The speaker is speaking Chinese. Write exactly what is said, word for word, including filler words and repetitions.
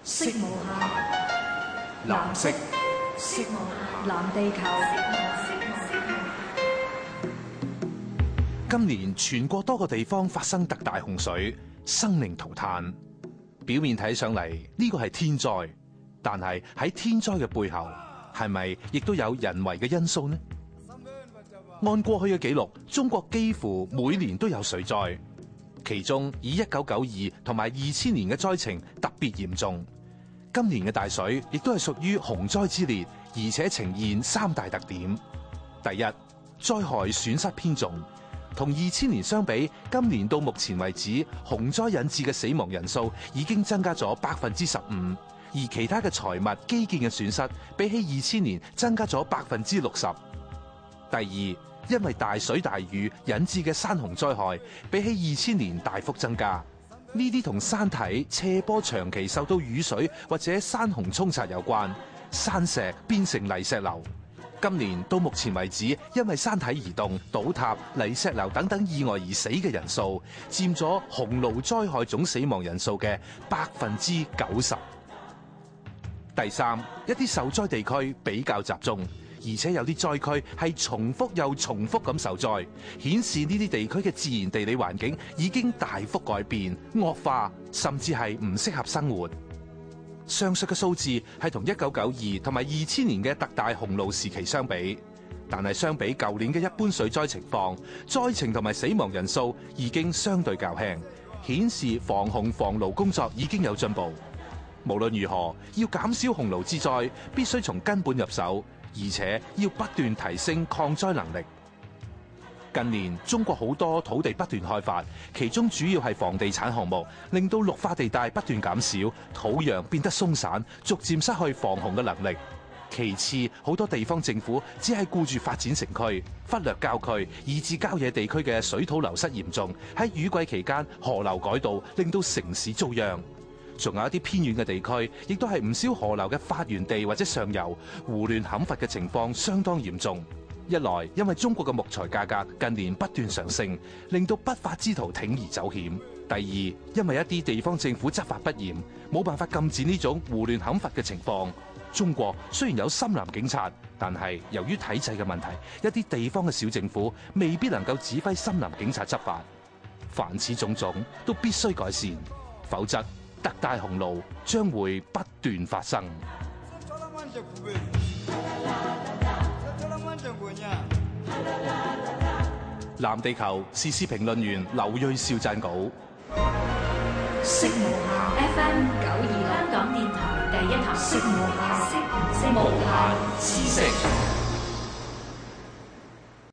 色無限，藍色，色無限，藍地球。 今年全國多個地方發生特大洪水，生靈塗炭。表面睇上嚟呢個係天災，但係喺天災嘅背後，係咪亦都有人為嘅因素呢？按過去嘅記錄，中國幾乎每年都有水災，其中以一九九二同埋二千年嘅災情特別嚴重。今年嘅大水亦都係屬於洪災之列，而且呈現三大特點。第一，災害損失偏重，同二千年相比，今年到目前為止，洪災引致嘅死亡人數已經增加咗百分之十五，而其他嘅財物基建嘅損失比起二千年增加咗百分之六十。第二，因為大水大雨引致嘅山洪災害比起二千年大幅增加，呢啲同山體斜坡長期受到雨水或者山洪沖刷有關，山石變成泥石流。今年到目前為止，因為山體移動、倒塌、泥石流等等意外而死嘅人數，佔咗洪澇災害總死亡人數嘅百分之九十。第三，一啲受災地區比較集中，而且有啲災區係重複又重複咁受災，顯示呢啲地區嘅自然地理環境已經大幅改變、惡化，甚至係唔適合生活。上述嘅數字係同一九九二同埋二千年嘅特大洪澇時期相比，但係相比舊年嘅一般水災情況，災情同埋死亡人數已經相對較輕，顯示防洪防澇工作已經有進步。無論如何，要減少洪澇之災，必須從根本入手，而且要不斷提升抗災能力。近年中國好多土地不斷開發，其中主要係房地產項目，令到綠化地帶不斷減少，土壤變得鬆散，逐漸失去防洪嘅能力。其次，好多地方政府只係顧住發展城區，忽略郊區，以致郊野地區嘅水土流失嚴重。喺雨季期間，河流改道，令到城市遭殃。仲有一啲偏遠嘅地區，亦都係唔少河流嘅發源地或者上游，胡亂砍伐嘅情況相當嚴重。一來因為中國嘅木材價格近年不斷上升，令到不法之徒鋌而走險；第二，因為一啲地方政府執法不嚴，冇辦法禁止呢種胡亂砍伐嘅情況。中國雖然有森林警察，但係由於體制嘅問題，一啲地方嘅小政府未必能夠指揮森林警察執法。凡此種種都必須改善，否則特大洪澇將會不斷發生。藍地球時事評論員劉銳紹撰稿。 色無限 F M 九二六香港電台第一台，色無限，色無限知識。